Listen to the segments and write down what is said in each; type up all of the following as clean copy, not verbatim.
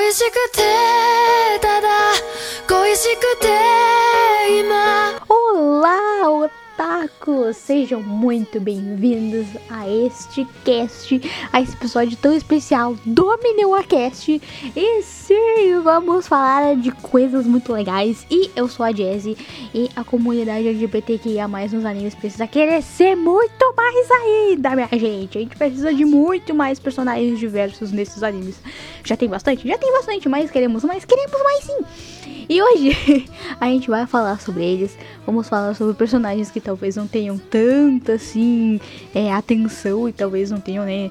恋しくてただ恋しくて今 Olá, otakus! Sejam muito bem-vindos a este cast, a esse episódio tão especial do MiniWaCast. E sim, vamos falar de coisas muito legais. E eu sou a Jessie, e a comunidade LGBTQIA+, nos animes precisa crescer muito mais ainda, minha gente. A gente precisa de muito mais personagens diversos nesses animes. Já tem bastante, mas queremos mais sim! E hoje a gente vai falar sobre eles. Vamos falar sobre personagens que talvez não tenham tanta assim atenção e talvez não tenham, né?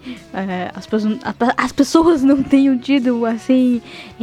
As pessoas não tenham tido assim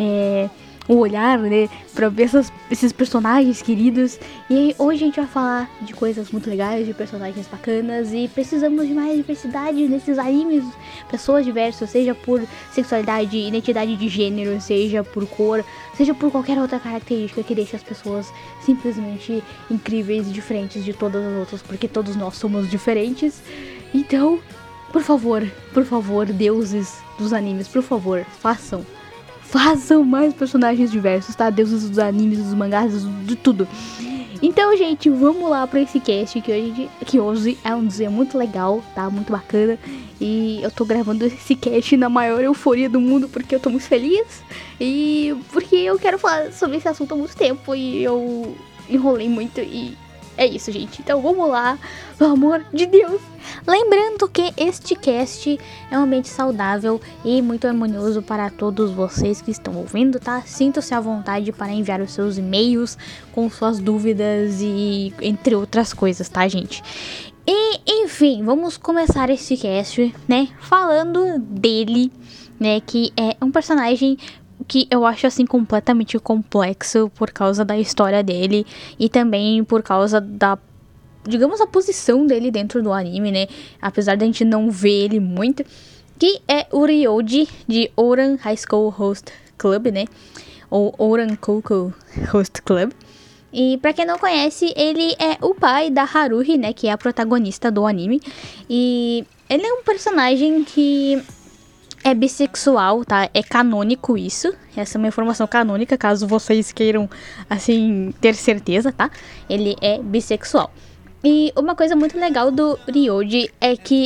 o olhar, né, pra ver esses personagens queridos. E hoje a gente vai falar de coisas muito legais, de personagens bacanas. E precisamos de mais diversidade nesses animes. Pessoas diversas, seja por sexualidade, identidade de gênero, seja por cor, seja por qualquer outra característica que deixe as pessoas simplesmente incríveis e diferentes de todas as outras, porque todos nós somos diferentes. Então, por favor, deuses dos animes, por favor, façam mais personagens diversos, tá? Deuses dos animes, dos mangás, de tudo. Então, gente, vamos lá pra esse cast que hoje é um dia muito legal, tá? Muito bacana. E eu tô gravando esse cast na maior euforia do mundo porque eu tô muito feliz. E porque eu quero falar sobre esse assunto há muito tempo e eu enrolei muito e é isso, gente. Então vamos lá, pelo amor de Deus. Lembrando que este cast é um ambiente saudável e muito harmonioso para todos vocês que estão ouvindo, tá? Sintam-se à vontade para enviar os seus e-mails com suas dúvidas e entre outras coisas, tá, gente? E, enfim, vamos começar esse cast, né, falando dele, né, que é um personagem que eu acho, assim, completamente complexo por causa da história dele e também por causa da, digamos, a posição dele dentro do anime, né? Apesar da gente não ver ele muito, que é o Ryoji de Ouran High School Host Club, né? Ou Ouran Koukou Host Club. E pra quem não conhece, ele é o pai da Haruhi, né? Que é a protagonista do anime. E ele é um personagem que é bissexual, tá? É canônico isso. Essa é uma informação canônica, caso vocês queiram, assim, ter certeza, tá? Ele é bissexual. E uma coisa muito legal do Ryoji é que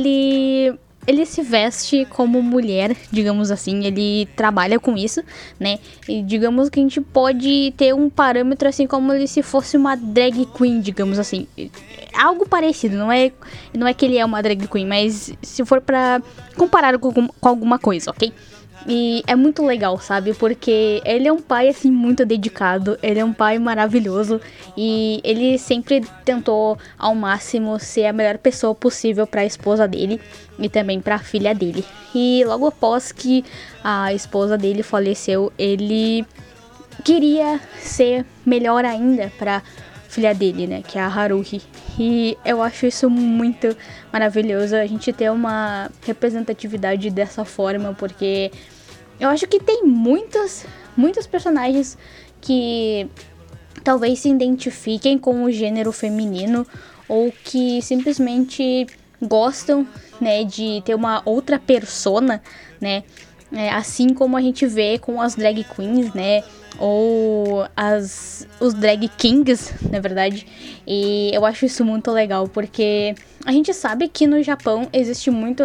ele se veste como mulher, digamos assim, ele trabalha com isso, né? E digamos que a gente pode ter um parâmetro assim como ele se fosse uma drag queen, digamos assim. Algo parecido, não é que ele é uma drag queen, mas se for pra comparar com alguma coisa, ok? E é muito legal, sabe? Porque ele é um pai, assim, muito dedicado. Ele é um pai maravilhoso. E ele sempre tentou, ao máximo, ser a melhor pessoa possível pra esposa dele. E também pra filha dele. E logo após que a esposa dele faleceu, ele queria ser melhor ainda pra filha dele, né? Que é a Haruhi. E eu acho isso muito maravilhoso. A gente ter uma representatividade dessa forma, porque eu acho que tem muitos personagens que talvez se identifiquem com o gênero feminino ou que simplesmente gostam, né, de ter uma outra persona, né, assim como a gente vê com as drag queens, né, ou os drag kings, na verdade. E eu acho isso muito legal, porque a gente sabe que no Japão existe muito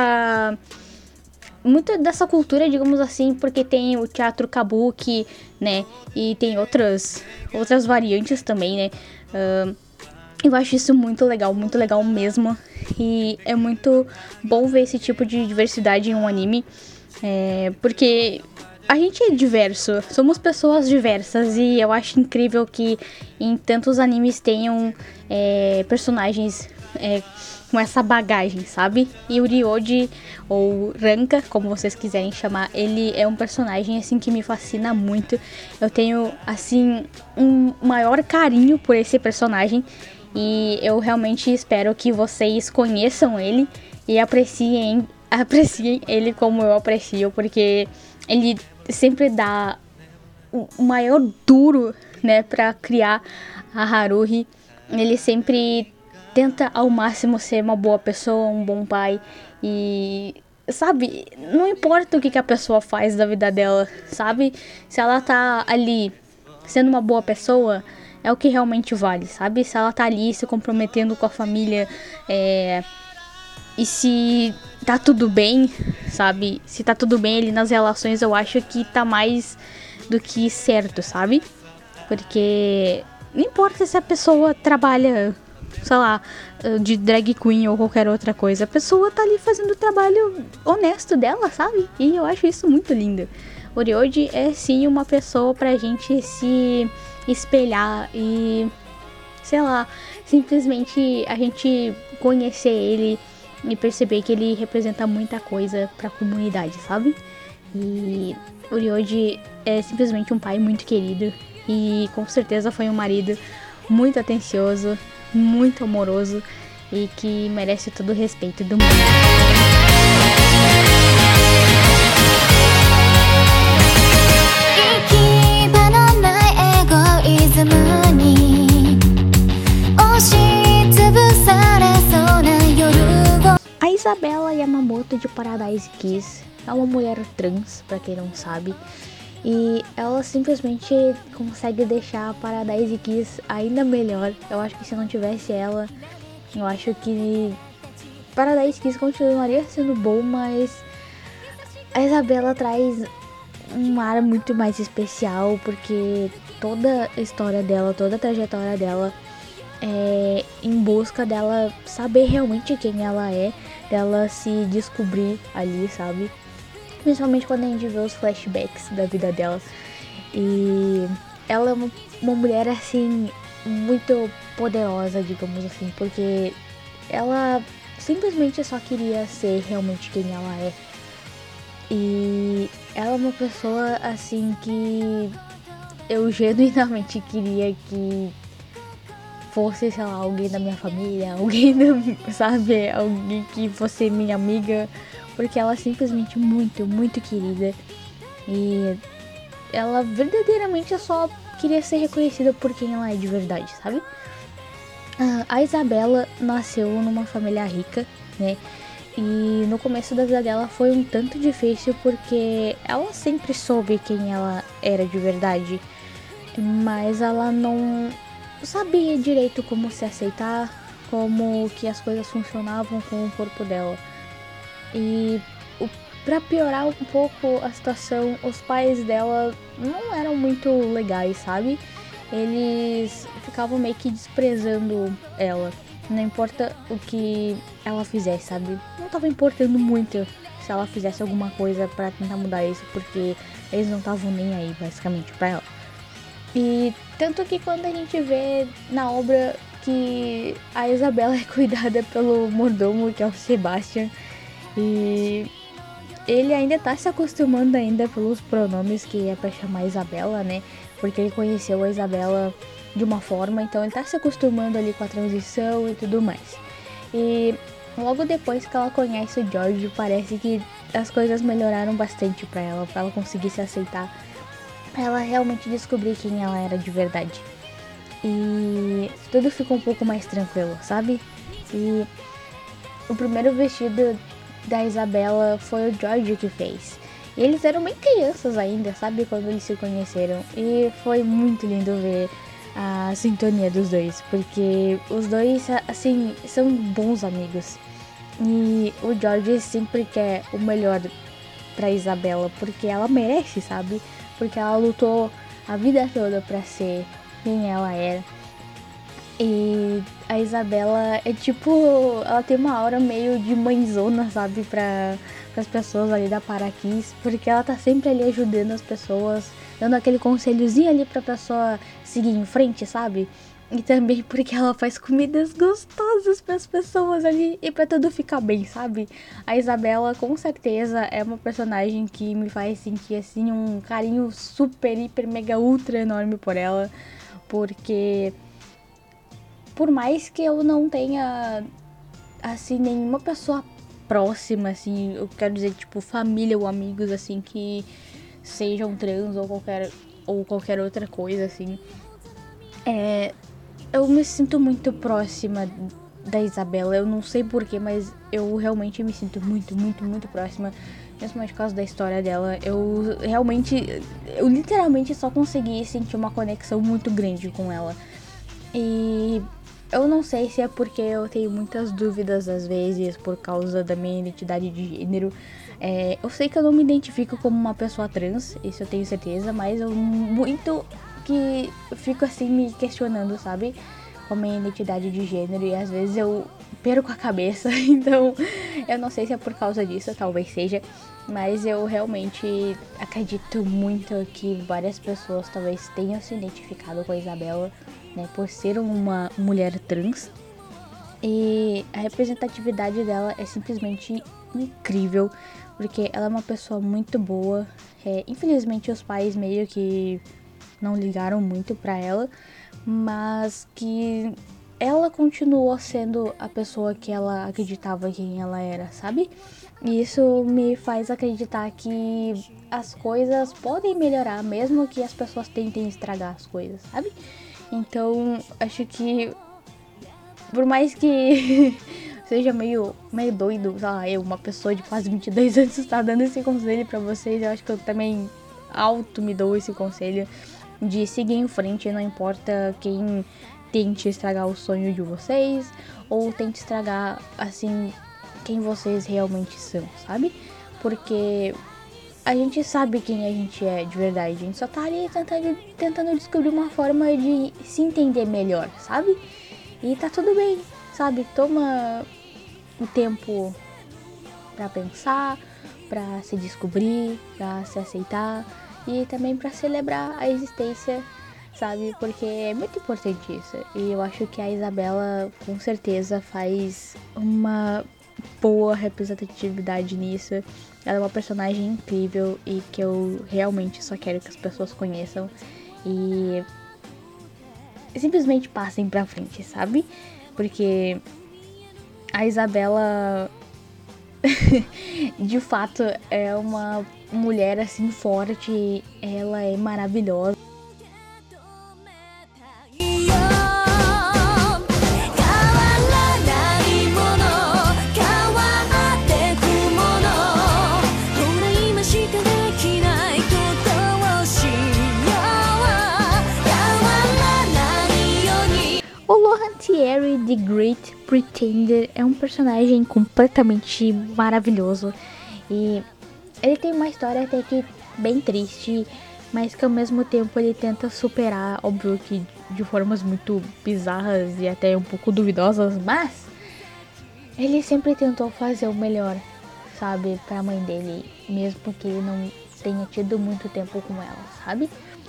dessa cultura, digamos assim, porque tem o teatro kabuki, né, e tem outras variantes também, né. Eu acho isso muito legal mesmo, e é muito bom ver esse tipo de diversidade em um anime, porque a gente é diverso, somos pessoas diversas, e eu acho incrível que em tantos animes tenham personagens com essa bagagem, sabe? E o Ryoji, ou Ranka, como vocês quiserem chamar, ele é um personagem, assim, que me fascina muito. Eu tenho, assim, um maior carinho por esse personagem, e eu realmente espero que vocês conheçam ele e apreciem ele como eu aprecio, porque ele sempre dá o maior duro, né, pra criar a Haruhi. Ele sempre tenta ao máximo ser uma boa pessoa, um bom pai, e sabe, não importa o que a pessoa faz da vida dela, sabe? Se ela tá ali sendo uma boa pessoa, é o que realmente vale, sabe? Se ela tá ali se comprometendo com a família, e se tá tudo bem, sabe? Se tá tudo bem ali nas relações, eu acho que tá mais do que certo, sabe? Porque não importa se a pessoa trabalha, sei lá, de drag queen ou qualquer outra coisa. A pessoa tá ali fazendo o trabalho honesto dela, sabe? E eu acho isso muito lindo. O Ryoji é sim uma pessoa pra gente se espelhar e, sei lá, simplesmente a gente conhecer ele e perceber que ele representa muita coisa pra comunidade, sabe? E o Ryoji é simplesmente um pai muito querido e com certeza foi um marido muito atencioso, muito amoroso e que merece todo o respeito do mundo. 行き場のないエゴイズムに押しつぶされそうな夜を A Isabela Yamamoto de Paradise Kiss é uma mulher trans, pra quem não sabe, e ela simplesmente consegue deixar a Paradise Kiss ainda melhor. Eu acho que se não tivesse ela, eu acho que Paradise Kiss continuaria sendo bom, mas a Isabela traz um ar muito mais especial, porque toda a história dela, toda a trajetória dela é em busca dela saber realmente quem ela é, dela se descobrir ali, sabe? Principalmente quando a gente vê os flashbacks da vida dela. E ela é uma mulher, assim, muito poderosa, digamos assim, porque ela simplesmente só queria ser realmente quem ela é. E ela é uma pessoa, assim, que eu genuinamente queria que fosse, sei lá, alguém da minha família, alguém, sabe, alguém que fosse minha amiga, porque ela é simplesmente muito, muito querida. E ela verdadeiramente só queria ser reconhecida por quem ela é de verdade, sabe? A Isabela nasceu numa família rica, né? E no começo da vida dela foi um tanto difícil porque ela sempre soube quem ela era de verdade, mas ela não sabia direito como se aceitar, como que as coisas funcionavam com o corpo dela. E pra piorar um pouco a situação, os pais dela não eram muito legais, sabe? Eles ficavam meio que desprezando ela. Não importa o que ela fizesse, sabe? Não tava importando muito se ela fizesse alguma coisa pra tentar mudar isso, porque eles não estavam nem aí, basicamente, pra ela. E tanto que quando a gente vê na obra que a Isabela é cuidada pelo mordomo, que é o Sebastian, e ele ainda tá se acostumando ainda pelos pronomes que é pra chamar Isabela, né? Porque ele conheceu a Isabela de uma forma, então ele tá se acostumando ali com a transição e tudo mais. E logo depois que ela conhece o George, parece que as coisas melhoraram bastante pra ela conseguir se aceitar, pra ela realmente descobrir quem ela era de verdade. E tudo ficou um pouco mais tranquilo, sabe? E o primeiro vestido da Isabela foi o George que fez. E eles eram bem crianças ainda, sabe? Quando eles se conheceram. E foi muito lindo ver a sintonia dos dois. Porque os dois, assim, são bons amigos. E o George sempre quer o melhor pra Isabela. Porque ela merece, sabe? Porque ela lutou a vida toda pra ser quem ela era. E a Isabela é tipo, ela tem uma aura meio de mãezona, sabe, para as pessoas ali da Paraquis, porque ela tá sempre ali ajudando as pessoas, dando aquele conselhozinho ali pra pessoa seguir em frente, sabe? E também porque ela faz comidas gostosas para as pessoas ali e pra tudo ficar bem, sabe? A Isabela com certeza é uma personagem que me faz sentir assim um carinho super, hiper, mega, ultra enorme por ela, porque por mais que eu não tenha, assim, nenhuma pessoa próxima, assim, eu quero dizer, tipo, família ou amigos, assim, que sejam trans ou qualquer outra coisa, assim, eu me sinto muito próxima da Isabela. Eu não sei porquê, mas eu realmente me sinto muito, muito, muito próxima. Principalmente por causa da história dela. Eu literalmente só consegui sentir uma conexão muito grande com ela. E eu não sei se é porque eu tenho muitas dúvidas às vezes por causa da minha identidade de gênero. Eu sei que eu não me identifico como uma pessoa trans, isso eu tenho certeza, mas eu muito que fico assim me questionando, sabe? Com a minha identidade de gênero e às vezes eu perco a cabeça, então eu não sei se é por causa disso, talvez seja, mas eu realmente acredito muito que várias pessoas talvez tenham se identificado com a Isabela, né, por ser uma mulher trans. E a representatividade dela é simplesmente incrível, porque ela é uma pessoa muito boa. Infelizmente os pais meio que não ligaram muito pra ela, mas que ela continuou sendo a pessoa que ela acreditava quem ela era, sabe? E isso me faz acreditar que as coisas podem melhorar, mesmo que as pessoas tentem estragar as coisas, sabe? Então, acho que por mais que seja meio doido, sei lá, uma pessoa de quase 22 anos tá dando esse conselho pra vocês, eu acho que eu também me dou esse conselho de seguir em frente, não importa quem tente estragar o sonho de vocês ou tente estragar, assim, quem vocês realmente são, sabe? Porque a gente sabe quem a gente é de verdade, a gente só tá ali tentando descobrir uma forma de se entender melhor, sabe? E tá tudo bem, sabe? Toma o tempo pra pensar, pra se descobrir, pra se aceitar e também pra celebrar a existência, sabe? Porque é muito importante isso. E eu acho que a Isabela com certeza faz uma boa representatividade nisso. Ela é uma personagem incrível e que eu realmente só quero que as pessoas conheçam e simplesmente passem pra frente, sabe? Porque a Isabela de fato é uma mulher assim forte, ela é maravilhosa. O Lohan Thierry, The Great Pretender, é um personagem completamente maravilhoso e ele tem uma história até que bem triste, mas que ao mesmo tempo ele tenta superar, óbvio que de formas muito bizarras e até um pouco duvidosas, mas ele sempre tentou fazer o melhor, sabe, pra mãe dele, mesmo que ele não tenha tido muito tempo com ela, sabe?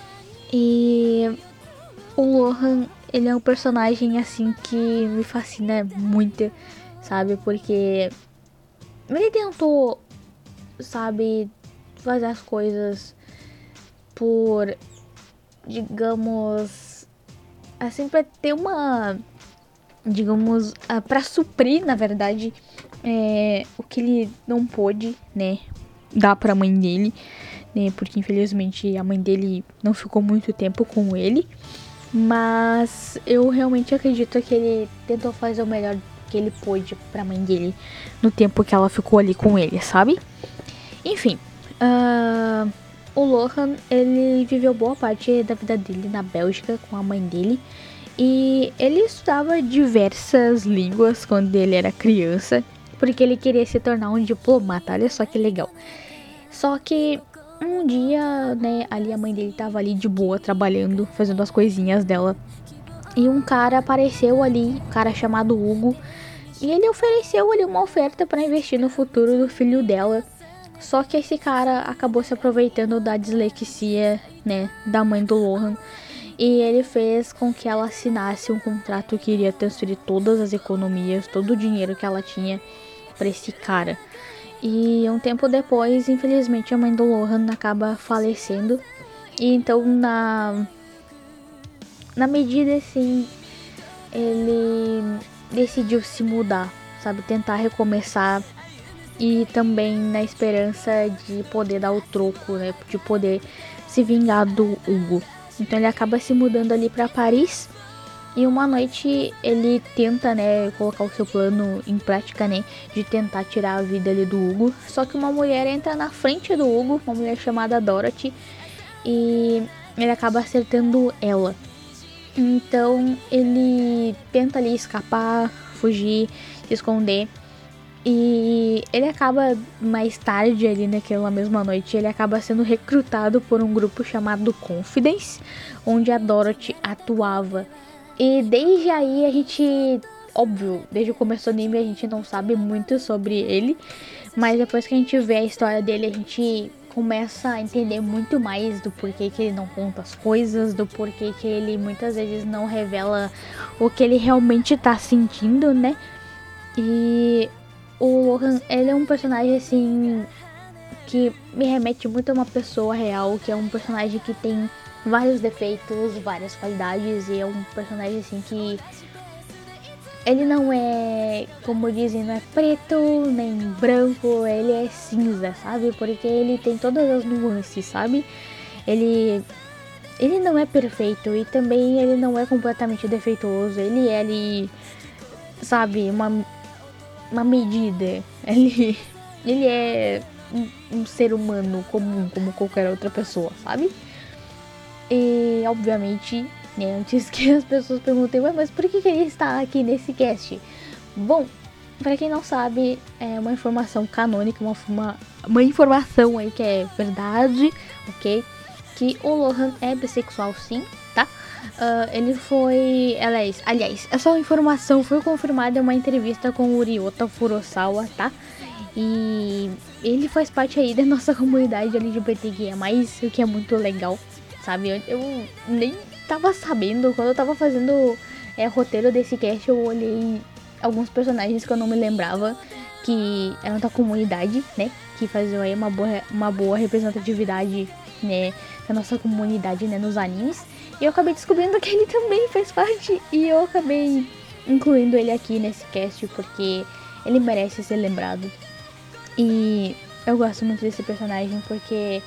E o Lohan, ele é um personagem assim que me fascina muito, sabe? Porque ele tentou, sabe, fazer as coisas por, digamos, assim, pra ter uma, digamos, pra suprir, na verdade, o que ele não pôde, né, dar pra mãe dele, né? Porque infelizmente a mãe dele não ficou muito tempo com ele. Mas eu realmente acredito que ele tentou fazer o melhor que ele pôde pra mãe dele no tempo que ela ficou ali com ele, sabe? Enfim, o Lohan, ele viveu boa parte da vida dele na Bélgica com a mãe dele. E ele estudava diversas línguas quando ele era criança, porque ele queria se tornar um diplomata, olha só que legal. Só que um dia, né, ali a mãe dele tava ali de boa, trabalhando, fazendo as coisinhas dela. E um cara apareceu ali, um cara chamado Hugo. E ele ofereceu ali uma oferta para investir no futuro do filho dela. Só que esse cara acabou se aproveitando da dislexia, né, da mãe do Lohan. E ele fez com que ela assinasse um contrato que iria transferir todas as economias, todo o dinheiro que ela tinha para esse cara. E um tempo depois, infelizmente, a mãe do Lohan acaba falecendo. E então, na medida assim, ele decidiu se mudar, sabe? Tentar recomeçar. E também na esperança de poder dar o troco, né? De poder se vingar do Hugo. Então ele acaba se mudando ali pra Paris. E uma noite ele tenta, né, colocar o seu plano em prática, né, de tentar tirar a vida ali do Hugo. Só que uma mulher entra na frente do Hugo, uma mulher chamada Dorothy, e ele acaba acertando ela. Então ele tenta ali escapar, fugir, se esconder. E ele acaba mais tarde ali naquela mesma noite, ele acaba sendo recrutado por um grupo chamado Confidence, onde a Dorothy atuava. E desde aí a gente, óbvio, desde o começo do anime a gente não sabe muito sobre ele, mas depois que a gente vê a história dele a gente começa a entender muito mais do porquê que ele não conta as coisas, do porquê que ele muitas vezes não revela o que ele realmente tá sentindo, né? E o Lohan, ele é um personagem assim que me remete muito a uma pessoa real, que é um personagem que tem vários defeitos, várias qualidades, e é um personagem assim que ele não é, como dizem, não é preto nem branco, ele é cinza, sabe? Porque ele tem todas as nuances, sabe? Ele não é perfeito e também ele não é completamente defeituoso, ele é ali, sabe, uma medida. Ele é um ser humano comum, como qualquer outra pessoa, sabe? E, obviamente, né, antes que as pessoas perguntem, mas por que ele está aqui nesse cast? Bom, pra quem não sabe, é uma informação canônica, uma informação aí que é verdade, ok? Que o Lohan é bissexual, sim, tá? Ele foi... Aliás, essa informação foi confirmada em uma entrevista com o Ryota Furusawa, tá? E ele faz parte aí da nossa comunidade LGBTQIA+, o que é muito legal, sabe? Eu nem tava sabendo, quando eu tava fazendo roteiro desse cast, eu olhei alguns personagens que eu não me lembrava, que eram da comunidade, né? Que faziam aí uma boa representatividade, né, da nossa comunidade, né, nos animes. E eu acabei descobrindo que ele também faz parte, e eu acabei incluindo ele aqui nesse cast, porque ele merece ser lembrado. E eu gosto muito desse personagem, porque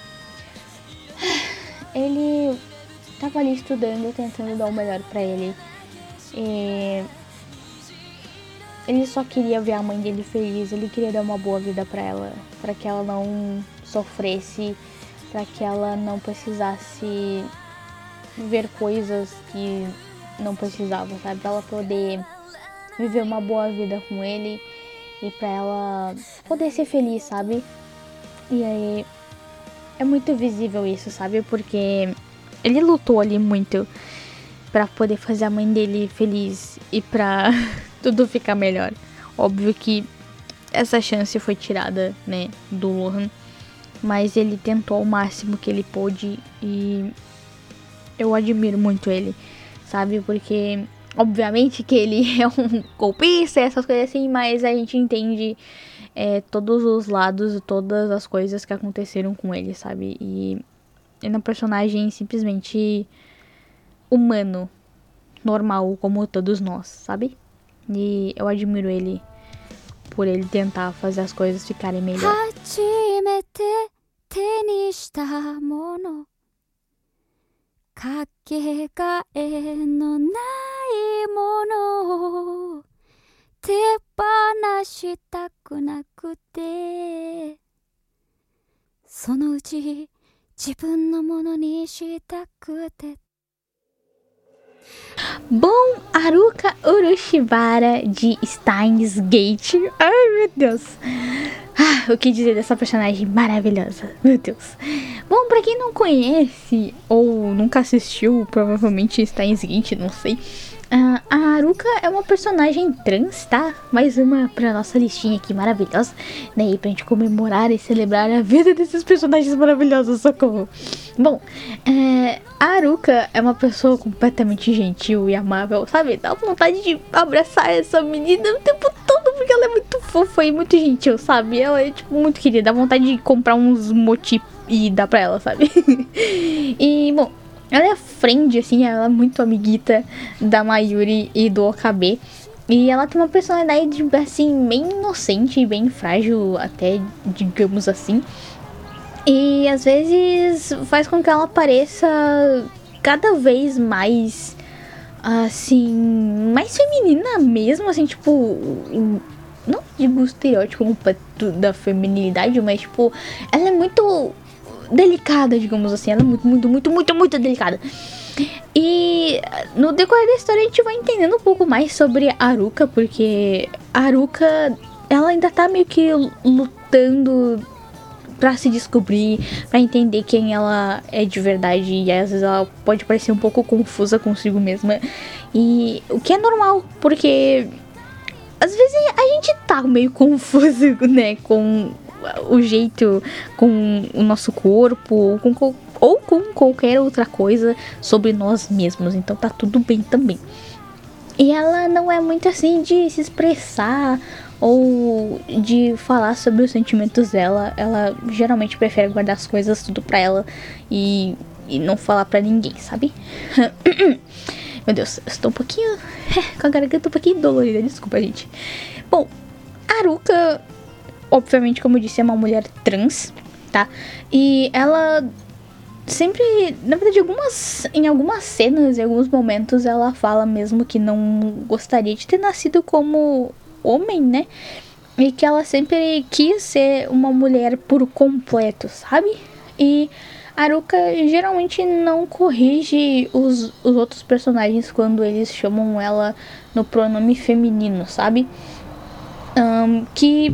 ele tava ali estudando, tentando dar o melhor pra ele. E ele só queria ver a mãe dele feliz, ele queria dar uma boa vida pra ela, pra que ela não sofresse, pra que ela não precisasse ver coisas que não precisava, sabe? Pra ela poder viver uma boa vida com ele e pra ela poder ser feliz, sabe? E aí é muito visível isso, sabe? Porque ele lutou ali muito pra poder fazer a mãe dele feliz e pra tudo ficar melhor. Óbvio que essa chance foi tirada, né, do Lohan, mas ele tentou ao máximo que ele pôde e eu admiro muito ele, sabe? Porque obviamente que ele é um golpista, essas coisas assim, mas a gente entende todos os lados e todas as coisas que aconteceram com ele, sabe? E ele é um personagem simplesmente humano, normal, como todos nós, sabe? E eu admiro ele por ele tentar fazer as coisas ficarem melhor. 初めて手にしたものかけがえのないものを手放したくなくてそのうち自分のものにしたくて Bom, Haruka Orochimaru de Steins Gate. Ai, meu Deus. O que dizer dessa personagem maravilhosa? Meu Deus. Bom, pra quem não conhece ou nunca assistiu, provavelmente Steins Gate, não sei. A Haruka é uma personagem trans, tá? Mais uma pra nossa listinha aqui maravilhosa, né? E pra gente comemorar e celebrar a vida desses personagens maravilhosos, socorro. Bom, a Haruka é uma pessoa completamente gentil e amável, sabe? Dá vontade de abraçar essa menina o tempo todo, porque ela é muito fofa e muito gentil, sabe? Ela é, tipo, muito querida. Dá vontade de comprar uns mochi e dar pra ela, sabe? E, bom, ela é friend, assim, ela é muito amiguita da Mayuri e do Okabe. E ela tem uma personalidade, assim, bem inocente e bem frágil, até, digamos assim. E às vezes faz com que ela pareça cada vez mais assim, mais feminina mesmo, assim, tipo, não digo estereótipo completo da feminilidade, mas, tipo, ela é muito delicada, digamos assim, ela é muito delicada. E no decorrer da história a gente vai entendendo um pouco mais sobre a Haruka, porque a Haruka, ela ainda tá meio que lutando pra se descobrir, pra entender quem ela é de verdade, e às vezes ela pode parecer um pouco confusa consigo mesma, e o que é normal, porque às vezes a gente tá meio confuso, né, com o jeito, com o nosso corpo, ou com qualquer outra coisa sobre nós mesmos, então tá tudo bem também. E ela não é muito assim de se expressar ou de falar sobre os sentimentos dela. Ela geralmente prefere guardar as coisas tudo pra ela e não falar pra ninguém, sabe? Meu Deus, eu estou um pouquinho com a garganta um pouquinho dolorida, desculpa, gente. Bom, a Haruka, obviamente, como eu disse, é uma mulher trans, tá? E ela sempre, na verdade, em algumas cenas, em alguns momentos, ela fala mesmo que não gostaria de ter nascido como homem, né? E que ela sempre quis ser uma mulher por completo, sabe? E a Haruka geralmente não corrige os outros personagens quando eles chamam ela no pronome feminino, sabe? Que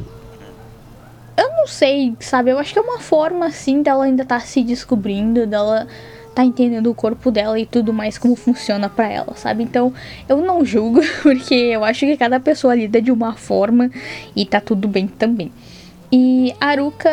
eu não sei, sabe? Eu acho que é uma forma, assim, dela ainda tá se descobrindo, dela tá entendendo o corpo dela e tudo mais, como funciona pra ela, sabe? Então, eu não julgo, porque eu acho que cada pessoa lida de uma forma e tá tudo bem também. E a Haruka,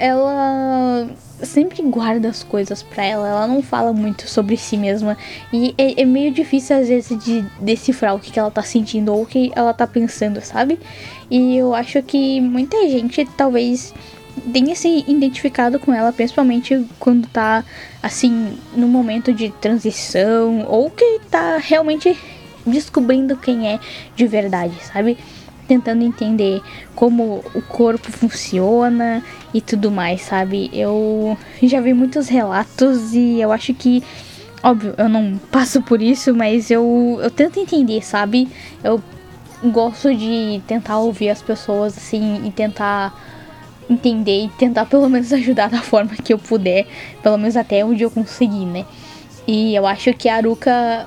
ela sempre guarda as coisas pra ela não fala muito sobre si mesma. E é meio difícil, às vezes, de decifrar o que ela tá sentindo ou o que ela tá pensando, sabe? E eu acho que muita gente, talvez, tenha se identificado com ela, principalmente quando tá, assim, no momento de transição ou que tá realmente descobrindo quem é de verdade, sabe? Tentando entender como o corpo funciona e tudo mais, sabe? Eu já vi muitos relatos e eu acho que, óbvio, eu não passo por isso, mas eu tento entender, sabe? Eu gosto de tentar ouvir as pessoas assim e tentar entender e tentar pelo menos ajudar da forma que eu puder, pelo menos até onde eu conseguir, né? E eu acho que a Haruka,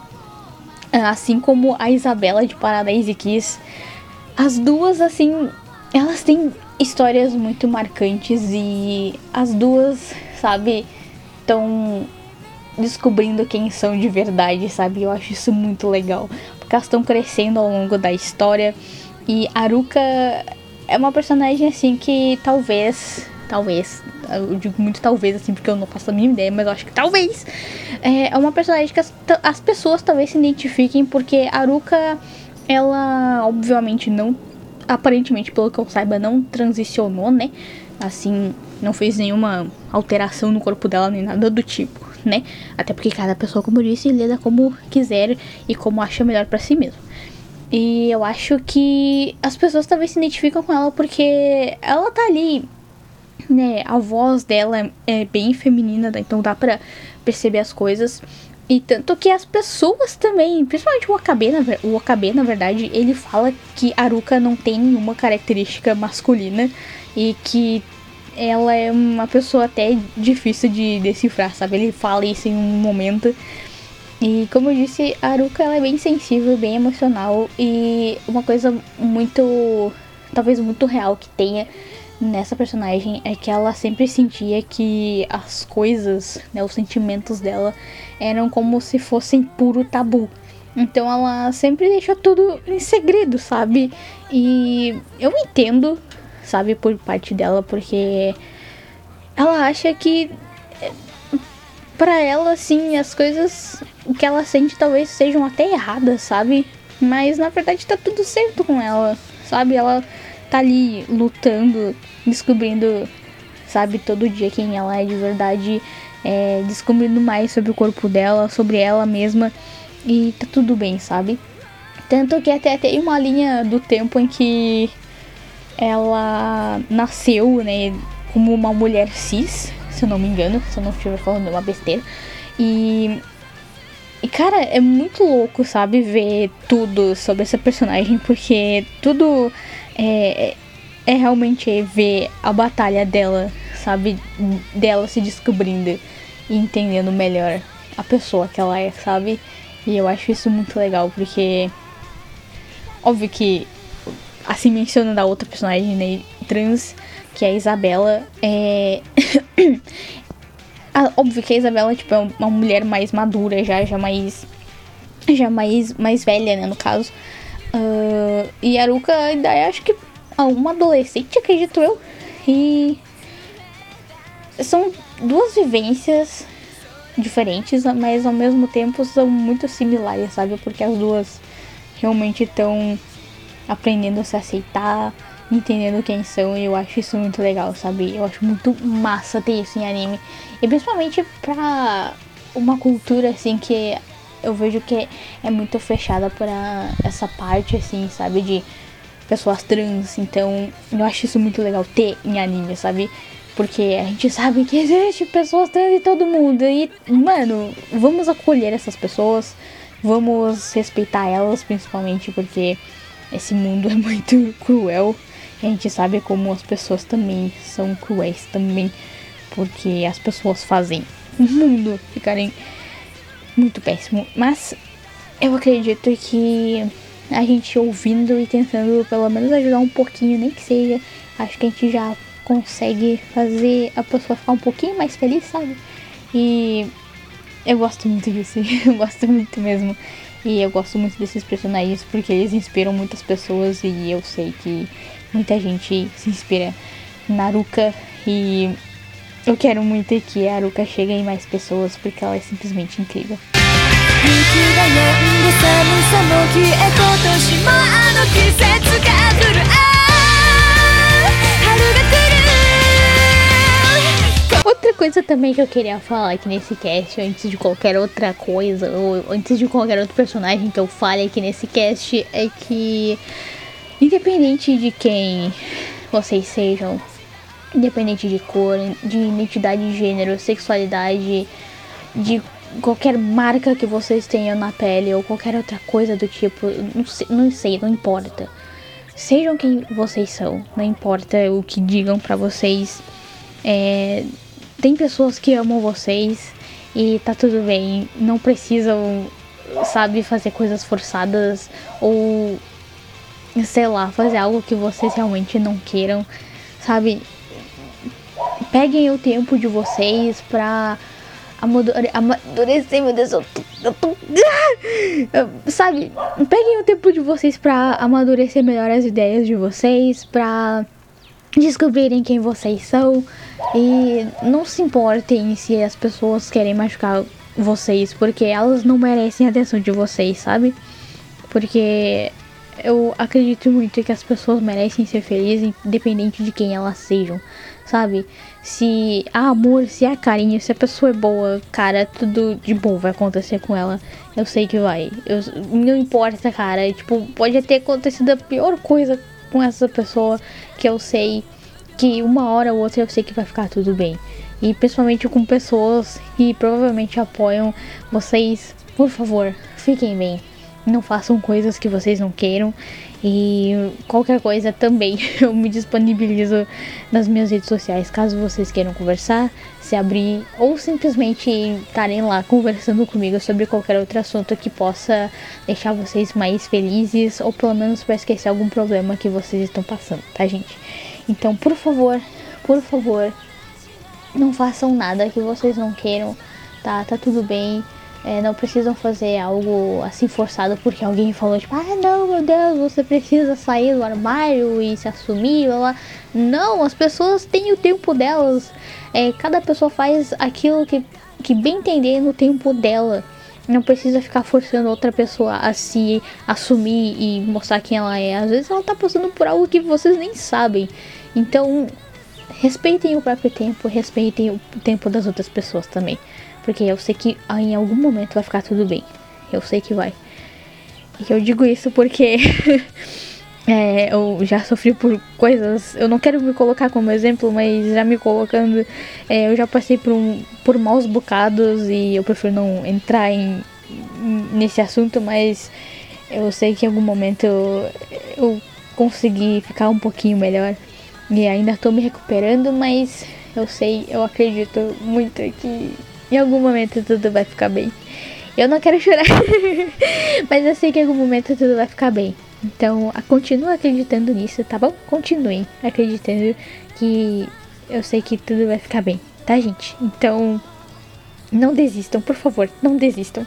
assim como a Isabela de Paradise Kiss, as duas, assim, elas têm histórias muito marcantes e as duas, sabe, estão descobrindo quem são de verdade, sabe? Eu acho isso muito legal, porque elas estão crescendo ao longo da história e a Haruka é uma personagem, assim, que talvez, eu digo muito talvez, assim, porque eu não faço a mínima ideia, mas eu acho que talvez é uma personagem que as pessoas talvez se identifiquem, porque a Haruka, ela, obviamente, não, aparentemente, pelo que eu saiba, não transicionou, né? Assim, não fez nenhuma alteração no corpo dela, nem nada do tipo, né? Até porque cada pessoa, como eu disse, lida como quiser e como acha melhor pra si mesmo. E eu acho que as pessoas talvez se identificam com ela porque ela tá ali, né? A voz dela é bem feminina, então dá pra perceber as coisas. E tanto que as pessoas também, principalmente o Okabe, na verdade, ele fala que a Haruka não tem nenhuma característica masculina e que ela é uma pessoa até difícil de decifrar, sabe? Ele fala isso em um momento. E como eu disse, a Haruka, ela é bem sensível, bem emocional e uma coisa muito, talvez muito real que tenha nessa personagem é que ela sempre sentia que as coisas, né, os sentimentos dela eram como se fossem puro tabu. Então ela sempre deixou tudo em segredo, sabe? E eu entendo, sabe, por parte dela, porque ela acha que pra ela, assim, as coisas que ela sente talvez sejam até erradas, sabe? Mas na verdade tá tudo certo com ela, sabe? Ela tá ali lutando, descobrindo, sabe, todo dia quem ela é de verdade, descobrindo mais sobre o corpo dela, sobre ela mesma, e tá tudo bem, sabe? Tanto que até tem uma linha do tempo em que ela nasceu, né, como uma mulher cis, se eu não me engano, se eu não estiver falando uma besteira, e E, cara, é muito louco, sabe, ver tudo sobre essa personagem, porque tudo é realmente ver a batalha dela, sabe, dela se descobrindo e entendendo melhor a pessoa que ela é, sabe? E eu acho isso muito legal, porque óbvio que, assim, mencionando a outra personagem, né, trans, que é a Isabela, óbvio que a Isabela, tipo, é uma mulher mais madura, já mais velha, né, no caso. E a Haruka ainda é, acho que, uma adolescente, acredito eu. E são duas vivências diferentes, mas ao mesmo tempo são muito similares, sabe? Porque as duas realmente estão aprendendo a se aceitar, entendendo quem são, e eu acho isso muito legal, sabe? Eu acho muito massa ter isso em anime. E principalmente pra uma cultura, assim, que eu vejo que é muito fechada pra essa parte, assim, sabe? De pessoas trans. Então, eu acho isso muito legal ter em anime, sabe? Porque a gente sabe que existe pessoas trans em todo mundo. E, mano, vamos acolher essas pessoas. Vamos respeitar elas, principalmente porque esse mundo é muito cruel. E a gente sabe como as pessoas também são cruéis também. Porque as pessoas fazem o mundo ficarem muito péssimo. Mas eu acredito que a gente ouvindo e tentando pelo menos ajudar um pouquinho, nem que seja, acho que a gente já consegue fazer a pessoa ficar um pouquinho mais feliz, sabe? E eu gosto muito disso, eu gosto muito mesmo. E eu gosto muito desses personagens porque eles inspiram muitas pessoas e eu sei que muita gente se inspira na Haruka e eu quero muito que a Haruka chegue em mais pessoas porque ela é simplesmente incrível. Outra coisa também que eu queria falar aqui nesse cast, antes de qualquer outra coisa, ou antes de qualquer outro personagem que eu fale aqui nesse cast, é que independente de quem vocês sejam, independente de cor, de identidade de gênero, sexualidade, de qualquer marca que vocês tenham na pele ou qualquer outra coisa do tipo, não sei, não importa. Sejam quem vocês são, não importa o que digam pra vocês. Tem pessoas que amam vocês e tá tudo bem. Não precisam, sabe, fazer coisas forçadas ou, sei lá, fazer algo que vocês realmente não queiram, sabe? Peguem o tempo de vocês pra amadurecer, meu Deus, eu tô... Sabe, peguem o tempo de vocês pra amadurecer melhor as ideias de vocês, pra descobrirem quem vocês são e não se importem se as pessoas querem machucar vocês, porque elas não merecem a atenção de vocês, sabe? Porque eu acredito muito que as pessoas merecem ser felizes independente de quem elas sejam, sabe? Se há amor, se há carinho, se a pessoa é boa, cara, tudo de bom vai acontecer com ela. Eu sei que vai. Não importa, cara. Tipo, pode ter acontecido a pior coisa com essa pessoa, que eu sei que uma hora ou outra eu sei que vai ficar tudo bem. E principalmente com pessoas que provavelmente apoiam vocês, por favor, fiquem bem. Não façam coisas que vocês não queiram. E qualquer coisa também eu me disponibilizo nas minhas redes sociais, caso vocês queiram conversar, se abrir ou simplesmente estarem lá conversando comigo sobre qualquer outro assunto que possa deixar vocês mais felizes ou pelo menos para esquecer algum problema que vocês estão passando, tá, gente? Então, por favor, não façam nada que vocês não queiram, tá? Tá tudo bem. Não precisam fazer algo assim forçado porque alguém falou, tipo, não, meu Deus, você precisa sair do armário e se assumir, blá, blá. Não, as pessoas têm o tempo delas. Cada pessoa faz aquilo que bem entender no tempo dela. Não precisa ficar forçando outra pessoa a se assumir e mostrar quem ela é. Às vezes ela tá passando por algo que vocês nem sabem. Então, respeitem o próprio tempo, respeitem o tempo das outras pessoas também. Porque eu sei que em algum momento vai ficar tudo bem. Eu sei que vai. E eu digo isso porque eu já sofri por coisas. Eu não quero me colocar como exemplo, mas já me colocando. Eu já passei por maus bocados e eu prefiro não entrar nesse assunto, mas eu sei que em algum momento eu consegui ficar um pouquinho melhor. E ainda tô me recuperando, mas eu acredito muito que em algum momento tudo vai ficar bem. Eu não quero chorar, mas eu sei que em algum momento tudo vai ficar bem. Então, continua acreditando nisso, tá bom? Continue acreditando que eu sei que tudo vai ficar bem, tá, gente? Então, não desistam, por favor, não desistam.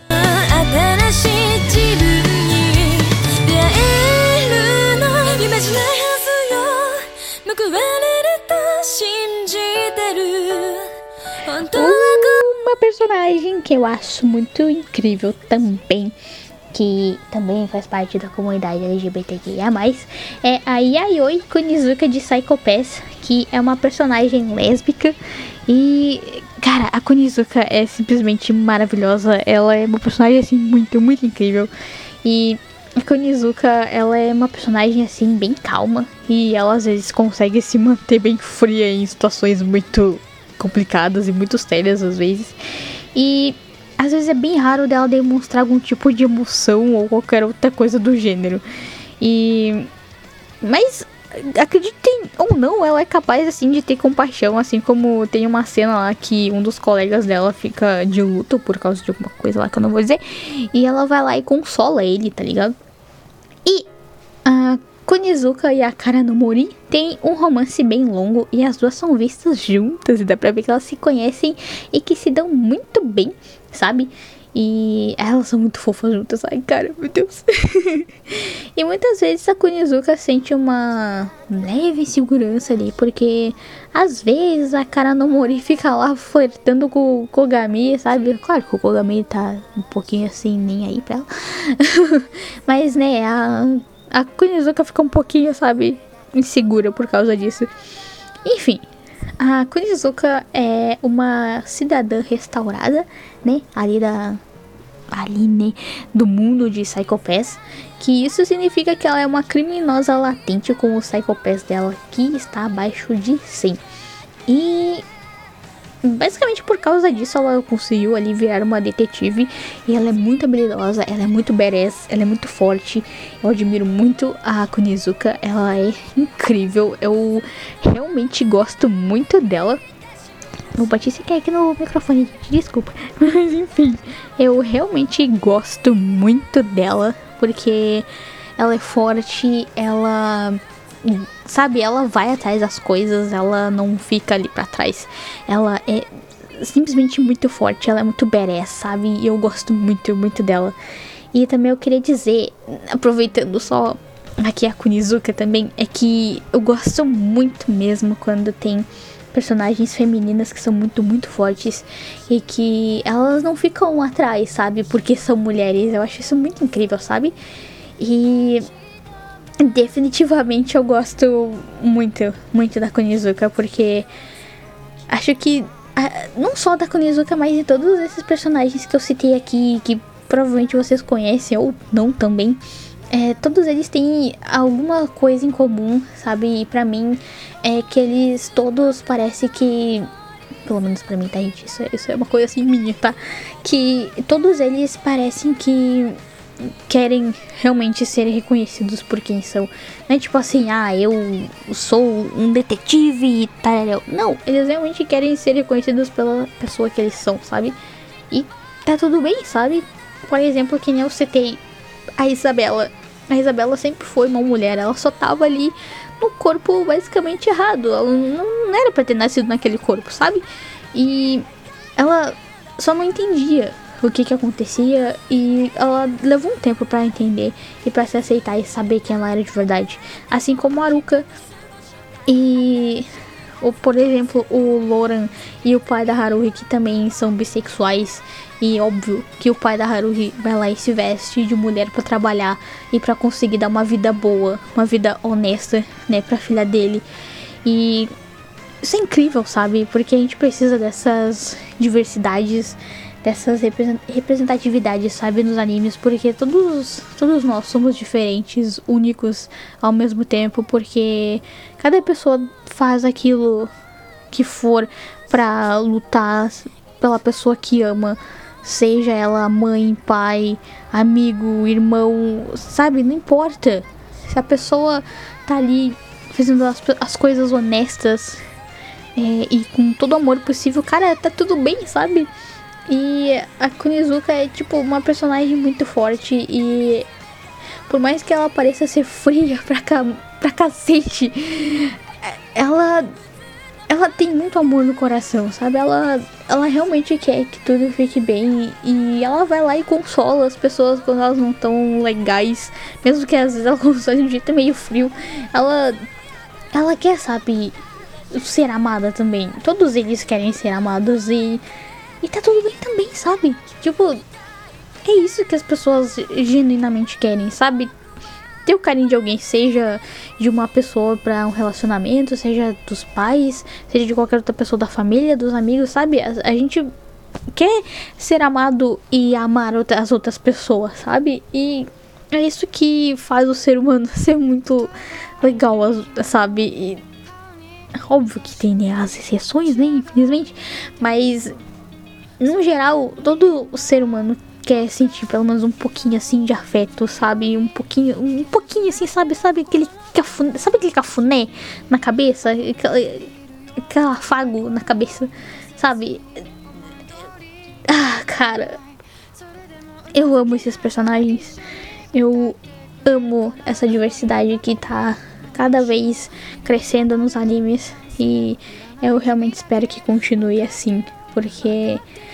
Uma personagem que eu acho muito incrível também, que também faz parte da comunidade LGBTQIA+, é a Yayoi Kunizuka de Psycho Pass, que é uma personagem lésbica. E, cara, a Kunizuka é simplesmente maravilhosa. Ela é uma personagem, assim, muito, muito incrível. E a Kunizuka, ela é uma personagem, assim, bem calma. E ela, às vezes, consegue se manter bem fria em situações muito complicadas e muito sérias, às vezes. E às vezes é bem raro dela demonstrar algum tipo de emoção ou qualquer outra coisa do gênero. Mas acreditem ou não, ela é capaz assim de ter compaixão, assim como tem uma cena lá que um dos colegas dela fica de luto por causa de alguma coisa lá que eu não vou dizer, e ela vai lá e consola ele, tá ligado? E a Kunizuka e a Kara no Mori tem um romance bem longo e as duas são vistas juntas e dá pra ver que elas se conhecem e que se dão muito bem, sabe? E elas são muito fofas juntas. Ai, cara, meu Deus. E muitas vezes a Kunizuka sente uma leve insegurança ali, porque às vezes a Kara no Mori fica lá flertando com o Kogami, sabe? Claro que o Kogami tá um pouquinho assim, nem aí pra ela. Mas, né, a Kunizuka fica um pouquinho, sabe, insegura por causa disso. Enfim, a Kunizuka é uma cidadã restaurada, né, né, do mundo de Psycho Pass, que isso significa que ela é uma criminosa latente com o Psycho Pass dela, que está abaixo de 100. E basicamente por causa disso ela conseguiu ali virar uma detetive. E ela é muito habilidosa, ela é muito badass, ela é muito forte. Eu admiro muito a Kunizuka, ela é incrível. Eu realmente gosto muito dela. Vou bater esse aqui no microfone, gente, desculpa. Mas enfim, eu realmente gosto muito dela, porque ela é forte, ela... sabe, ela vai atrás das coisas, ela não fica ali pra trás. Ela é simplesmente muito forte, ela é muito badass, sabe? E eu gosto muito, muito dela. E também eu queria dizer, aproveitando só aqui a Kunizuka também, é que eu gosto muito mesmo quando tem personagens femininas que são muito, muito fortes e que elas não ficam atrás, sabe? Porque são mulheres. Eu acho isso muito incrível, sabe? E definitivamente eu gosto muito, muito da Kunizuka, porque acho que não só da Kunizuka, mas de todos esses personagens que eu citei aqui, que provavelmente vocês conhecem ou não também, todos eles têm alguma coisa em comum, sabe? E pra mim é que eles todos parece que, pelo menos pra mim, tá, gente? Isso é uma coisa assim minha, tá? Que todos eles parecem que querem realmente ser reconhecidos por quem são. Não é tipo assim, eu sou um detetive e tal. Não, eles realmente querem ser reconhecidos pela pessoa que eles são, sabe? E tá tudo bem, sabe? Por exemplo, que nem eu citei a Isabela. A Isabela sempre foi uma mulher, ela só tava ali no corpo basicamente errado. Ela não era pra ter nascido naquele corpo, sabe? E ela só não entendia o que acontecia, e ela levou um tempo pra entender e pra se aceitar e saber quem ela era de verdade. Assim como a Haruka e, por exemplo, o Loran e o pai da Haruhi, que também são bissexuais. E óbvio que o pai da Haruhi vai lá e se veste de mulher pra trabalhar e pra conseguir dar uma vida boa, uma vida honesta, né, pra filha dele. E isso é incrível, sabe? Porque a gente precisa dessas diversidades, dessas representatividades, sabe, nos animes, porque todos nós somos diferentes, únicos ao mesmo tempo, porque cada pessoa faz aquilo que for pra lutar pela pessoa que ama, seja ela mãe, pai, amigo, irmão, sabe? Não importa. Se a pessoa tá ali fazendo as coisas honestas e com todo o amor possível, cara, tá tudo bem, sabe? E a Kunizuka é tipo uma personagem muito forte e por mais que ela pareça ser fria pra cacete, ela tem muito amor no coração, sabe? Ela realmente quer que tudo fique bem e ela vai lá e consola as pessoas quando elas não estão legais, mesmo que às vezes ela consola de um jeito meio frio. Ela quer, sabe, ser amada também. Todos eles querem ser amados e tá tudo bem também, sabe? Tipo, é isso que as pessoas genuinamente querem, sabe? Ter o carinho de alguém, seja de uma pessoa pra um relacionamento, seja dos pais, seja de qualquer outra pessoa da família, dos amigos, sabe? A gente quer ser amado e amar as outras pessoas, sabe? E é isso que faz o ser humano ser muito legal, sabe? E óbvio que tem, né, as exceções, né, infelizmente, mas no geral, todo o ser humano quer sentir pelo menos um pouquinho assim de afeto, sabe? Um pouquinho assim, sabe aquele cafuné na cabeça, aquele afago na cabeça, sabe? Ah, cara, eu amo esses personagens. Eu amo essa diversidade que tá cada vez crescendo nos animes e eu realmente espero que continue assim, porque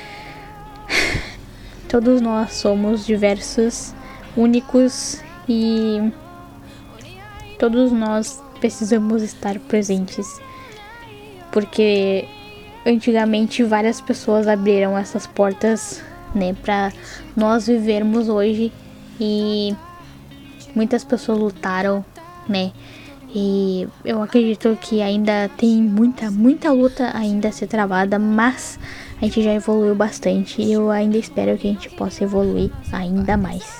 todos nós somos diversos, únicos e todos nós precisamos estar presentes. Porque antigamente várias pessoas abriram essas portas, né, pra nós vivermos hoje e muitas pessoas lutaram, né? E eu acredito que ainda tem muita luta ainda a ser travada, mas a gente já evoluiu bastante e eu ainda espero que a gente possa evoluir ainda mais.